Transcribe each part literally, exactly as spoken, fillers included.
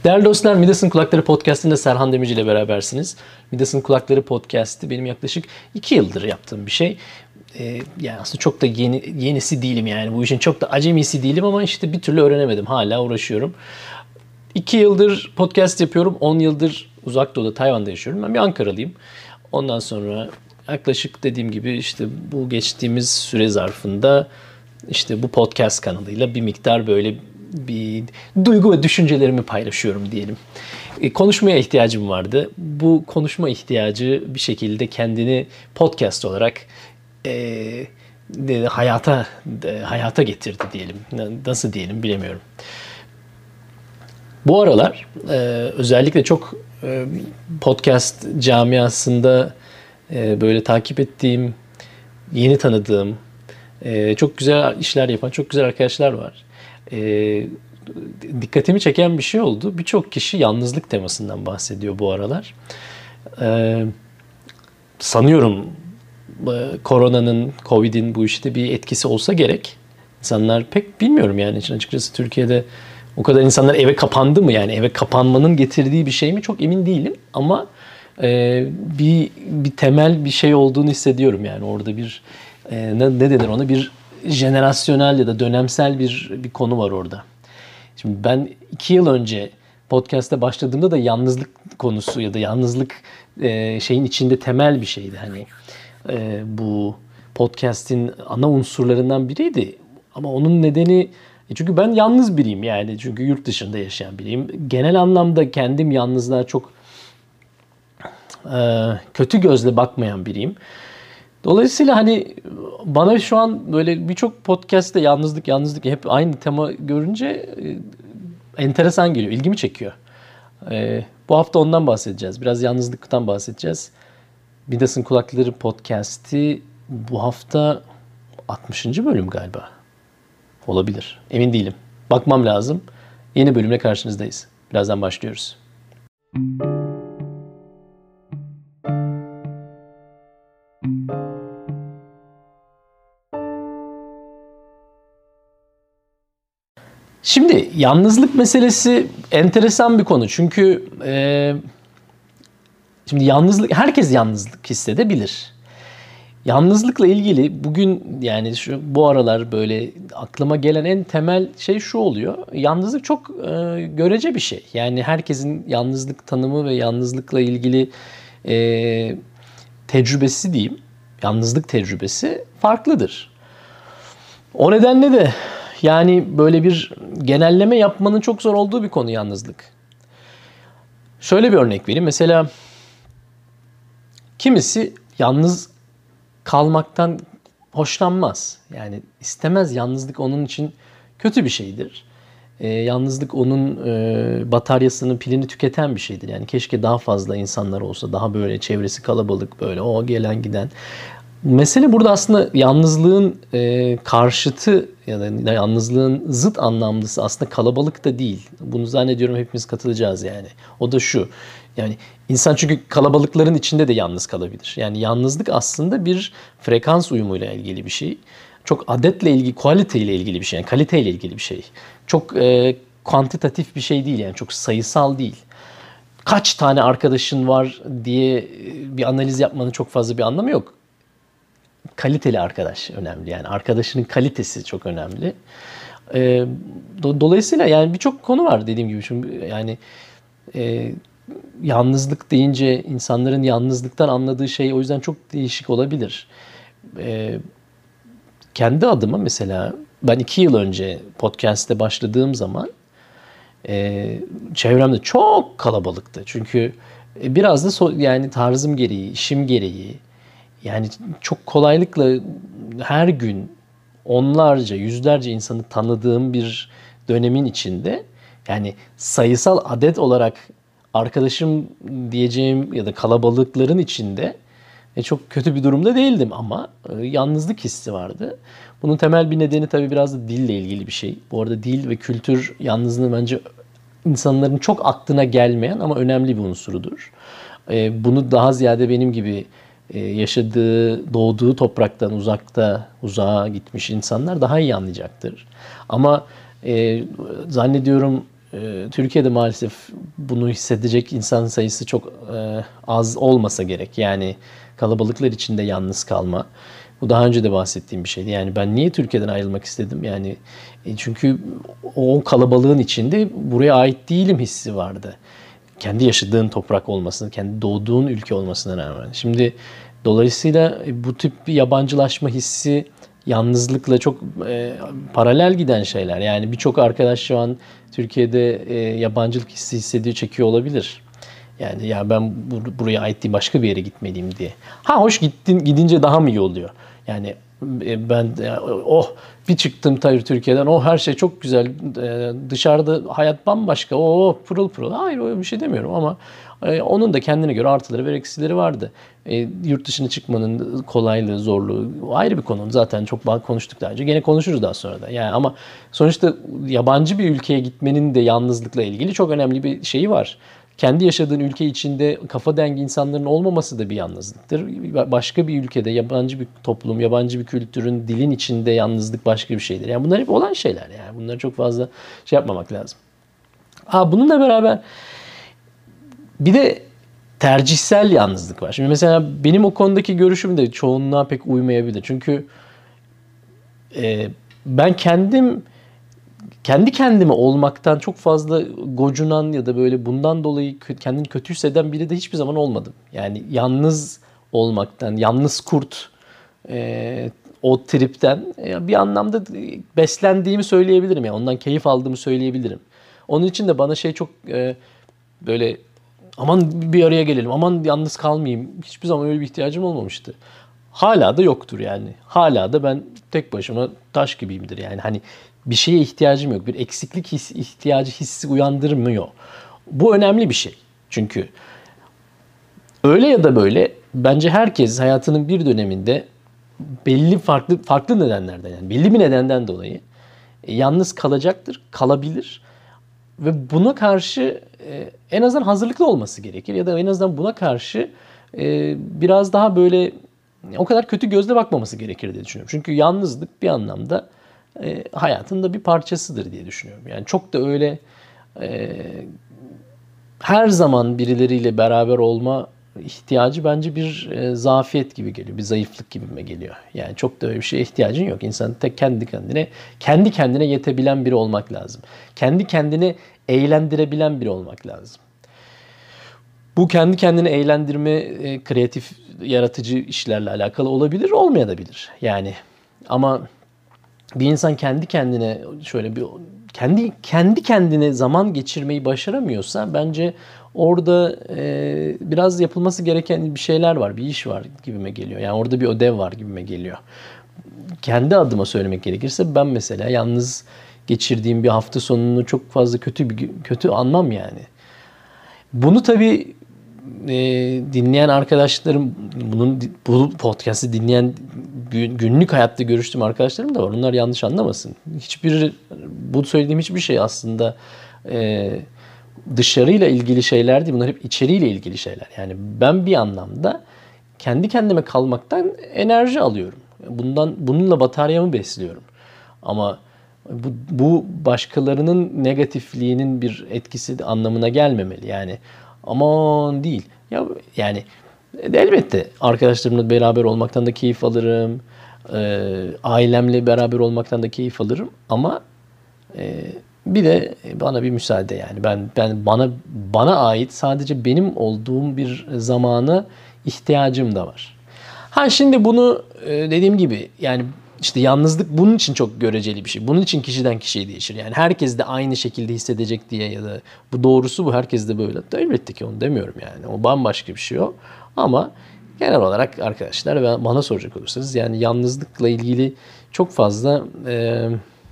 Değerli dostlar, Midas'ın Kulakları Podcast'inde Serhan Demirci ile berabersiniz. Midas'ın Kulakları Podcast'i benim yaklaşık iki yıldır yaptığım bir şey. Ee, yani aslında çok da yeni, yenisi değilim yani. Bu işin çok da acemisi değilim ama işte bir türlü öğrenemedim. Hala uğraşıyorum. iki yıldır podcast yapıyorum. on yıldır Uzak Doğu'da, Tayvan'da yaşıyorum. Ben bir Ankaralıyım. Ondan sonra yaklaşık dediğim gibi işte bu geçtiğimiz süre zarfında işte bu podcast kanalıyla bir miktar böyle bir duygu ve düşüncelerimi paylaşıyorum diyelim. E, konuşmaya ihtiyacım vardı. Bu konuşma ihtiyacı bir şekilde kendini podcast olarak e, de, hayata de, hayata getirdi diyelim. Nasıl diyelim bilemiyorum. Bu aralar e, özellikle çok e, podcast camiasında e, böyle takip ettiğim, yeni tanıdığım, e, çok güzel işler yapan çok güzel arkadaşlar var. E, dikkatimi çeken bir şey oldu. Birçok kişi yalnızlık temasından bahsediyor bu aralar. E, sanıyorum e, koronanın, Covid'in bu işte bir etkisi olsa gerek. İnsanlar pek bilmiyorum yani açıkçası Türkiye'de o kadar insanlar eve kapandı mı yani eve kapanmanın getirdiği bir şey mi çok emin değilim ama e, bir bir temel bir şey olduğunu hissediyorum yani orada bir e, ne, ne denir ona bir jenerasyonel ya da dönemsel bir bir konu var orada. Şimdi ben iki yıl önce podcast'a başladığımda da yalnızlık konusu ya da yalnızlık e, şeyin içinde temel bir şeydi hani e, bu podcast'in ana unsurlarından biriydi ama onun nedeni çünkü ben yalnız biriyim yani çünkü yurt dışında yaşayan biriyim. Genel anlamda kendim yalnızlığa çok e, kötü gözle bakmayan biriyim. Dolayısıyla hani bana şu an böyle birçok podcast'te yalnızlık yalnızlık hep aynı tema görünce e, enteresan geliyor, ilgimi çekiyor. E, bu hafta ondan bahsedeceğiz. Biraz yalnızlıktan bahsedeceğiz. Midas'ın Kulakları Podcast'i bu hafta altmışıncı bölüm galiba. Olabilir. Emin değilim. Bakmam lazım. Yeni bölümle karşınızdayız. Birazdan başlıyoruz. Şimdi yalnızlık meselesi enteresan bir konu. Çünkü e, şimdi yalnızlık herkes yalnızlık hissedebilir. Yalnızlıkla ilgili bugün yani şu bu aralar böyle aklıma gelen en temel şey şu oluyor. Yalnızlık çok e, görece bir şey. Yani herkesin yalnızlık tanımı ve yalnızlıkla ilgili e, tecrübesi diyeyim. Yalnızlık tecrübesi farklıdır. O nedenle de yani böyle bir genelleme yapmanın çok zor olduğu bir konu yalnızlık. Şöyle bir örnek vereyim. Mesela kimisi yalnız kalmaktan hoşlanmaz. Yani istemez. Yalnızlık onun için kötü bir şeydir. E, yalnızlık onun e, bataryasını, pilini tüketen bir şeydir. Yani keşke daha fazla insanlar olsa, daha böyle çevresi kalabalık, böyle o gelen giden. Mesele burada aslında yalnızlığın e, karşıtı ya da yalnızlığın zıt anlamlısı aslında kalabalık da değil. Bunu zannediyorum hepimiz katılacağız yani. O da şu. Yani insan çünkü kalabalıkların içinde de yalnız kalabilir. Yani yalnızlık aslında bir frekans uyumuyla ilgili bir şey. Çok adetle ilgili, kaliteyle ilgili bir şey. Yani kaliteyle ilgili bir şey. Çok e, kuantitatif bir şey değil yani çok sayısal değil. Kaç tane arkadaşın var diye bir analiz yapmanın çok fazla bir anlamı yok. Kaliteli arkadaş önemli. Yani arkadaşının kalitesi çok önemli. E, do, dolayısıyla yani birçok konu var dediğim gibi. Şimdi yani e, yalnızlık deyince insanların yalnızlıktan anladığı şey o yüzden çok değişik olabilir. E, kendi adıma mesela ben iki yıl önce podcast'te başladığım zaman e, çevremde çok kalabalıktı. Çünkü e, biraz da so, yani tarzım gereği, işim gereği yani çok kolaylıkla her gün onlarca, yüzlerce insanı tanıdığım bir dönemin içinde yani sayısal adet olarak arkadaşım diyeceğim ya da kalabalıkların içinde e, çok kötü bir durumda değildim ama e, yalnızlık hissi vardı. Bunun temel bir nedeni tabii biraz da dille ilgili bir şey. Bu arada dil ve kültür yalnızlığı bence insanların çok aklına gelmeyen ama önemli bir unsurudur. E, bunu daha ziyade benim gibi yaşadığı, doğduğu topraktan uzakta, uzağa gitmiş insanlar daha iyi anlayacaktır. Ama e, zannediyorum e, Türkiye'de maalesef bunu hissedecek insan sayısı çok e, az olmasa gerek. Yani kalabalıklar içinde yalnız kalma. Bu daha önce de bahsettiğim bir şeydi. Yani ben niye Türkiye'den ayrılmak istedim? Yani e, çünkü o kalabalığın içinde buraya ait değilim hissi vardı. Kendi yaşadığın toprak olmasına, kendi doğduğun ülke olmasına rağmen. Şimdi dolayısıyla bu tip bir yabancılaşma hissi yalnızlıkla çok e, paralel giden şeyler. Yani birçok arkadaş şu an Türkiye'de e, yabancılık hissi hissediyor, çekiyor olabilir. Yani ya ben bur- buraya ait değil başka bir yere gitmeliyim diye. Ha hoş gittin gidince daha mı iyi oluyor? Yani e, ben e, oh bir çıktım tabii Türkiye'den oh her şey çok güzel e, dışarıda hayat bambaşka oh pırıl pırıl. Hayır öyle bir şey demiyorum ama e, onun da kendine göre artıları ve eksileri vardı. E, yurt dışına çıkmanın kolaylığı, zorluğu ayrı bir konu. Zaten çok konuştuk daha önce. Gene konuşuruz daha sonra da. Yani ama sonuçta yabancı bir ülkeye gitmenin de yalnızlıkla ilgili çok önemli bir şeyi var. Kendi yaşadığın ülke içinde kafa dengi insanların olmaması da bir yalnızlıktır. Başka bir ülkede, yabancı bir toplum, yabancı bir kültürün, dilin içinde yalnızlık başka bir şeydir. Yani bunlar hep olan şeyler yani. Bunları çok fazla şey yapmamak lazım. Ha, bununla beraber bir de tercihsel yalnızlık var. Şimdi mesela benim o konudaki görüşüm de çoğunluğa pek uymayabilir. Çünkü e, ben kendim kendi kendime olmaktan çok fazla gocunan ya da böyle bundan dolayı kendini kötü hisseden biri de hiçbir zaman olmadım. Yani yalnız olmaktan, yalnız kurt e, o tripten e, bir anlamda beslendiğimi söyleyebilirim. Yani ondan keyif aldığımı söyleyebilirim. Onun için de bana şey çok e, böyle aman bir araya gelelim, aman yalnız kalmayayım. Hiçbir zaman öyle bir ihtiyacım olmamıştı. Hala da yoktur yani. Hala da ben tek başıma taş gibiyimdir yani. Hani bir şeye ihtiyacım yok. Bir eksiklik his, ihtiyacı hissi uyandırmıyor. Bu önemli bir şey. Çünkü öyle ya da böyle bence herkes hayatının bir döneminde belli farklı farklı nedenlerden yani belli bir nedenden dolayı e, yalnız kalacaktır, kalabilir. Ve buna karşı e, en azından hazırlıklı olması gerekir. Ya da en azından buna karşı e, biraz daha böyle o kadar kötü gözle bakmaması gerekir diye düşünüyorum. Çünkü yalnızlık bir anlamda e, hayatın da bir parçasıdır diye düşünüyorum. Yani çok da öyle e, her zaman birileriyle beraber olma ihtiyacı bence bir e, zafiyet gibi geliyor. Bir zayıflık gibime geliyor. Yani çok da öyle bir şeye ihtiyacın yok. İnsan tek kendi kendine kendi kendine yetebilen biri olmak lazım. Kendi kendini eğlendirebilen biri olmak lazım. Bu kendi kendini eğlendirme, e, kreatif, yaratıcı işlerle alakalı olabilir, olmayabilir. Yani ama bir insan kendi kendine şöyle bir kendi kendi kendine zaman geçirmeyi başaramıyorsa bence orada e, biraz yapılması gereken bir şeyler var, bir iş var gibime geliyor. Yani orada bir ödev var gibime geliyor. Kendi adıma söylemek gerekirse ben mesela yalnız geçirdiğim bir hafta sonunu çok fazla kötü bir kötü anmam yani. Bunu tabii e, dinleyen arkadaşlarım, bunun bu podcast'i dinleyen günlük hayatta görüştüğüm arkadaşlarım da var. Onlar yanlış anlamasın. Hiçbir bu söylediğim hiçbir şey aslında e, dışarıyla ilgili şeyler değil. Bunlar hep içeriyle ilgili şeyler. Yani ben bir anlamda kendi kendime kalmaktan enerji alıyorum. Bundan bununla bataryamı besliyorum. Ama bu, bu başkalarının negatifliğinin bir etkisi anlamına gelmemeli. Yani aman değil. Ya yani elbette arkadaşlarımla beraber olmaktan da keyif alırım. E, ailemle beraber olmaktan da keyif alırım. Ama e, bir de bana bir müsaade yani. Ben ben bana bana ait sadece benim olduğum bir zamana ihtiyacım da var. Ha şimdi bunu dediğim gibi yani işte yalnızlık bunun için çok göreceli bir şey. Bunun için kişiden kişiye değişir. Yani herkes de aynı şekilde hissedecek diye ya da bu doğrusu bu herkes de böyle. Elbette ki onu demiyorum yani. O bambaşka bir şey o. Ama genel olarak arkadaşlar bana soracak olursanız yani yalnızlıkla ilgili çok fazla e,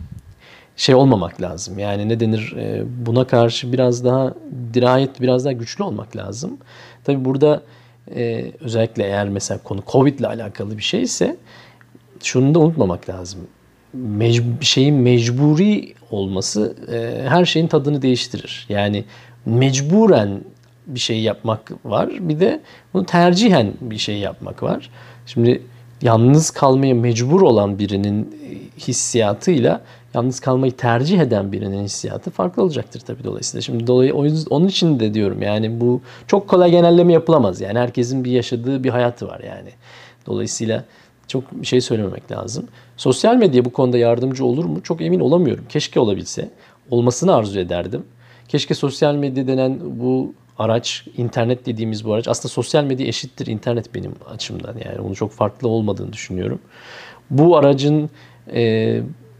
şey olmamak lazım. Yani ne denir e, buna karşı biraz daha dirayet biraz daha güçlü olmak lazım. Tabii burada e, özellikle eğer mesela konu Covid ile alakalı bir şeyse şunu da unutmamak lazım. Mecbur, bir şeyin mecburi olması e, her şeyin tadını değiştirir. Yani mecburen bir şey yapmak var. Bir de bunu tercihen bir şey yapmak var. Şimdi yalnız kalmaya mecbur olan birinin hissiyatıyla yalnız kalmayı tercih eden birinin hissiyatı farklı olacaktır tabii dolayısıyla. Şimdi dolayı o yüzden onun için de diyorum yani bu çok kolay genelleme yapılamaz. Yani herkesin bir yaşadığı bir hayatı var yani. Dolayısıyla çok bir şey söylememek lazım. Sosyal medya bu konuda yardımcı olur mu? Çok emin olamıyorum. Keşke olabilse. Olmasını arzu ederdim. Keşke sosyal medya denen bu araç, internet dediğimiz bu araç, aslında sosyal medya eşittir internet benim açımdan. Yani onun çok farklı olmadığını düşünüyorum. Bu aracın e,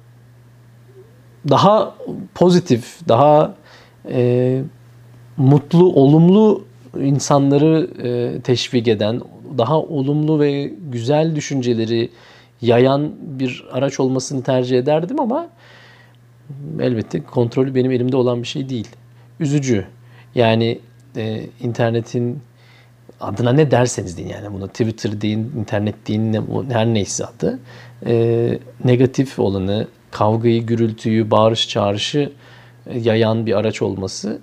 daha pozitif, daha e, mutlu, olumlu insanları e, teşvik eden, daha olumlu ve güzel düşünceleri yayan bir araç olmasını tercih ederdim ama elbette kontrolü benim elimde olan bir şey değil. Üzücü. Yani e, internetin adına ne derseniz deyin yani bunu Twitter deyin, internet deyin, ne, her neyse adı. E, negatif olanı, kavgayı, gürültüyü, bağırış çağrışı e, yayan bir araç olması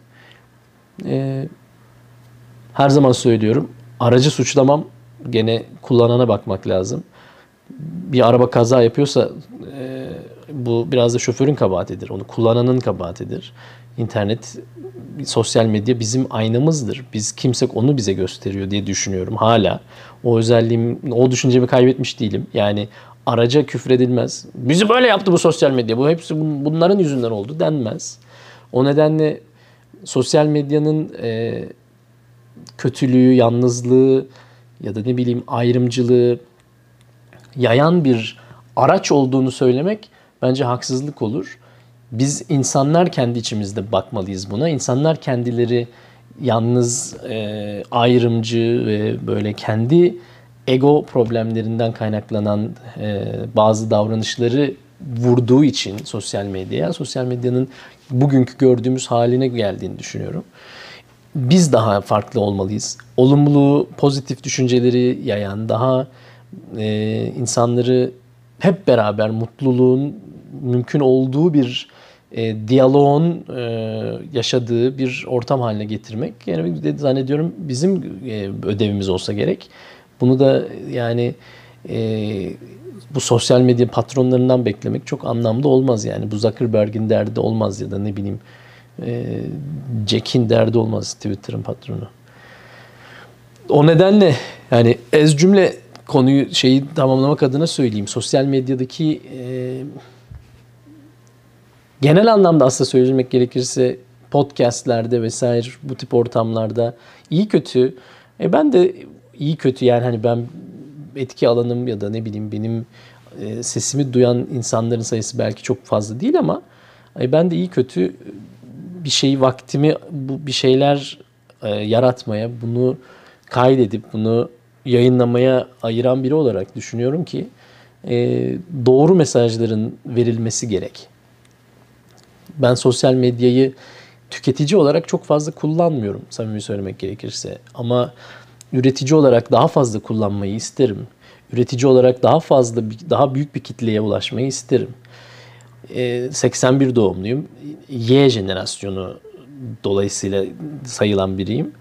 e, her zaman söylüyorum. Aracı suçlamam. Gene kullanana bakmak lazım. Bir araba kaza yapıyorsa e, bu biraz da şoförün kabahatidir. Onu kullananın kabahatidir. İnternet, sosyal medya bizim aynamızdır. Biz kimsek onu bize gösteriyor diye düşünüyorum hala. O özelliğim, o düşüncemi kaybetmiş değilim. Yani araca küfredilmez. Bizi böyle yaptı bu sosyal medya. Bu hepsi bunların yüzünden oldu denmez. O nedenle sosyal medyanın e, kötülüğü, yalnızlığı ya da ne bileyim ayrımcılığı yayan bir araç olduğunu söylemek bence haksızlık olur. Biz insanlar kendi içimizde bakmalıyız buna. İnsanlar kendileri yalnız, e, ayrımcı ve böyle kendi ego problemlerinden kaynaklanan e, bazı davranışları vurduğu için sosyal medyaya, sosyal medyanın bugünkü gördüğümüz haline geldiğini düşünüyorum. Biz daha farklı olmalıyız. Olumlu, pozitif düşünceleri yayan, daha e, insanları hep beraber mutluluğun mümkün olduğu bir e, diyaloğun e, yaşadığı bir ortam haline getirmek. Yani de zannediyorum bizim e, ödevimiz olsa gerek. Bunu da yani e, bu sosyal medya patronlarından beklemek çok anlamlı olmaz yani. Bu Zuckerberg'in derdi olmaz ya da ne bileyim e, Jack'in derdi olmaz, Twitter'ın patronu. O nedenle yani ez cümle konuyu şeyi tamamlamak adına söyleyeyim. Sosyal medyadaki e, genel anlamda aslında söylemek gerekirse podcastlerde vesaire bu tip ortamlarda iyi kötü e ben de iyi kötü yani hani ben etki alanım ya da ne bileyim benim e, sesimi duyan insanların sayısı belki çok fazla değil ama e, ben de iyi kötü bir şey vaktimi bu bir şeyler e, yaratmaya, bunu kaydedip bunu yayınlamaya ayıran biri olarak düşünüyorum ki e, doğru mesajların verilmesi gerek. Ben sosyal medyayı tüketici olarak çok fazla kullanmıyorum samimi söylemek gerekirse. Ama üretici olarak daha fazla kullanmayı isterim. Üretici olarak daha fazla, daha büyük bir kitleye ulaşmayı isterim. seksen bir doğumluyum. Y jenerasyonu dolayısıyla sayılan biriyim.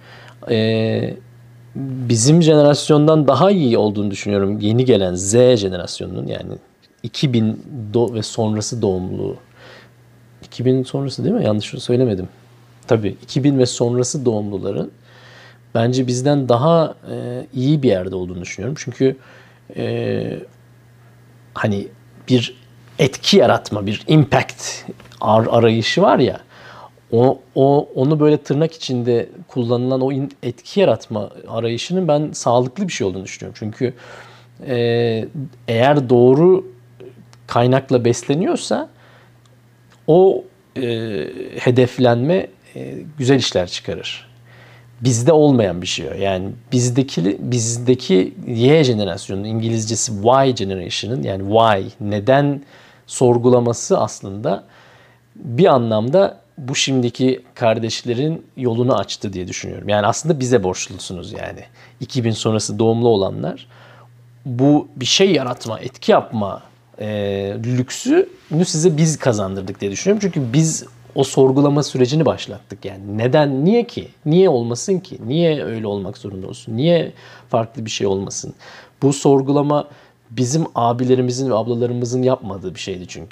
Bizim jenerasyondan daha iyi olduğunu düşünüyorum. Yeni gelen Z jenerasyonunun yani iki bin ve sonrası doğumlu. iki bin sonrası değil mi? Yanlış söylemedim. Tabii iki bin ve sonrası doğumluların bence bizden daha e, iyi bir yerde olduğunu düşünüyorum. Çünkü e, hani bir etki yaratma, bir impact ar- arayışı var ya, o, o onu böyle tırnak içinde kullanılan o in, etki yaratma arayışının ben sağlıklı bir şey olduğunu düşünüyorum. Çünkü e, eğer doğru kaynakla besleniyorsa o e, hedeflenme e, güzel işler çıkarır. Bizde olmayan bir şey o. Yani bizdeki bizdeki Y jenerasyonunun İngilizcesi Y generation'ın yani why neden sorgulaması aslında bir anlamda bu şimdiki kardeşlerin yolunu açtı diye düşünüyorum. Yani aslında bize borçlusunuz yani. iki bin sonrası doğumlu olanlar bu bir şey yaratma, etki yapma e, lüksünü size biz kazandırdık diye düşünüyorum. Çünkü biz o sorgulama sürecini başlattık yani. Neden, niye ki? Niye olmasın ki? Niye öyle olmak zorunda olsun? Niye farklı bir şey olmasın? Bu sorgulama bizim abilerimizin ve ablalarımızın yapmadığı bir şeydi çünkü.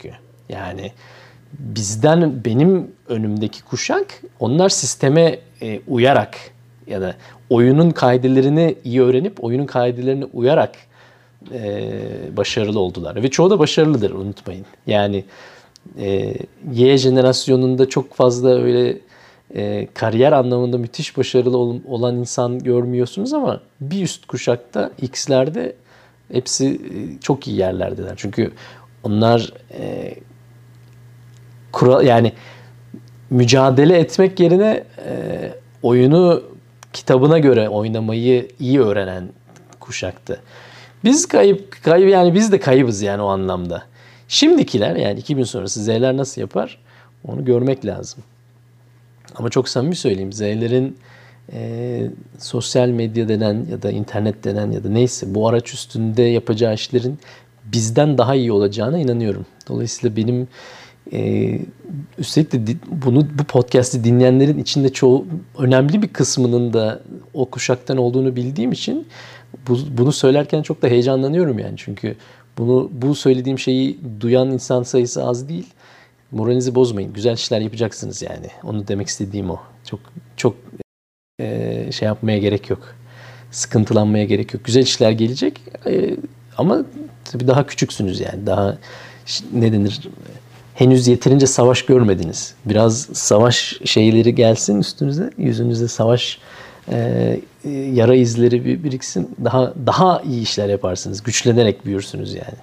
Yani bizden, benim önümdeki kuşak, onlar sisteme e, uyarak ya da oyunun kaidelerini iyi öğrenip oyunun kaidelerine uyarak e, başarılı oldular. Ve çoğu da başarılıdır, unutmayın. Yani e, Y jenerasyonunda çok fazla öyle e, kariyer anlamında müthiş başarılı ol, olan insan görmüyorsunuz ama bir üst kuşakta, X'lerde hepsi e, çok iyi yerlerdeler. Çünkü onlar e, kural, yani mücadele etmek yerine e, oyunu kitabına göre oynamayı iyi öğrenen kuşaktı. Biz kayıp, kayıp yani biz de kaybız yani o anlamda. Şimdikiler, yani iki bin sonrası Z'ler nasıl yapar onu görmek lazım. Ama çok samimi söyleyeyim, Z'lerin e, sosyal medya denen ya da internet denen ya da neyse bu araç üstünde yapacağı işlerin bizden daha iyi olacağına inanıyorum. Dolayısıyla benim e, üstelik de bunu, bu podcast'i dinleyenlerin içinde çoğu, önemli bir kısmının da o kuşaktan olduğunu bildiğim için bu, bunu söylerken çok da heyecanlanıyorum yani. Çünkü bunu, bu söylediğim şeyi duyan insan sayısı az değil. Moralinizi bozmayın. Güzel işler yapacaksınız yani. Onu demek istediğim o. Çok çok e, şey yapmaya gerek yok. Sıkıntılanmaya gerek yok. Güzel işler gelecek. E, ama tabii daha küçüksünüz yani. Daha ne denir? Henüz yeterince savaş görmediniz. Biraz savaş şeyleri gelsin üstünüze. Yüzünüzde savaş e, yara izleri biriksin. Daha daha iyi işler yaparsınız. Güçlenerek büyürsünüz yani.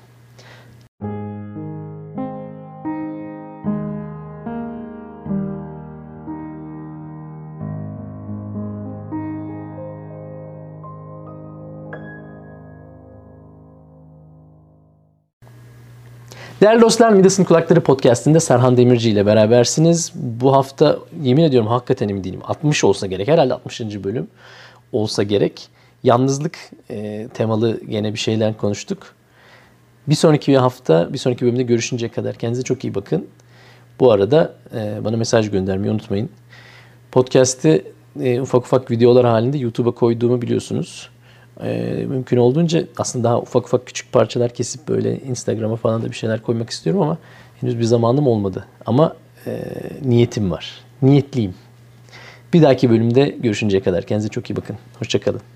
Değerli dostlar, Midas'ın Kulakları Podcast'inde Serhan Demirci ile berabersiniz. Bu hafta yemin ediyorum hakikaten emin değilim. altmış olsa gerek. Herhalde altmışıncı bölüm olsa gerek. Yalnızlık e, temalı gene bir şeyler konuştuk. Bir sonraki hafta, bir sonraki bölümde görüşünceye kadar kendinize çok iyi bakın. Bu arada e, bana mesaj göndermeyi unutmayın. Podcast'i e, ufak ufak videolar halinde YouTube'a koyduğumu biliyorsunuz. Ee, mümkün olduğunca aslında daha ufak ufak küçük parçalar kesip böyle Instagram'a falan da bir şeyler koymak istiyorum ama henüz bir zamanım olmadı. Ama e, niyetim var. Niyetliyim. Bir dahaki bölümde görüşünceye kadar kendinize çok iyi bakın. Hoşça kalın.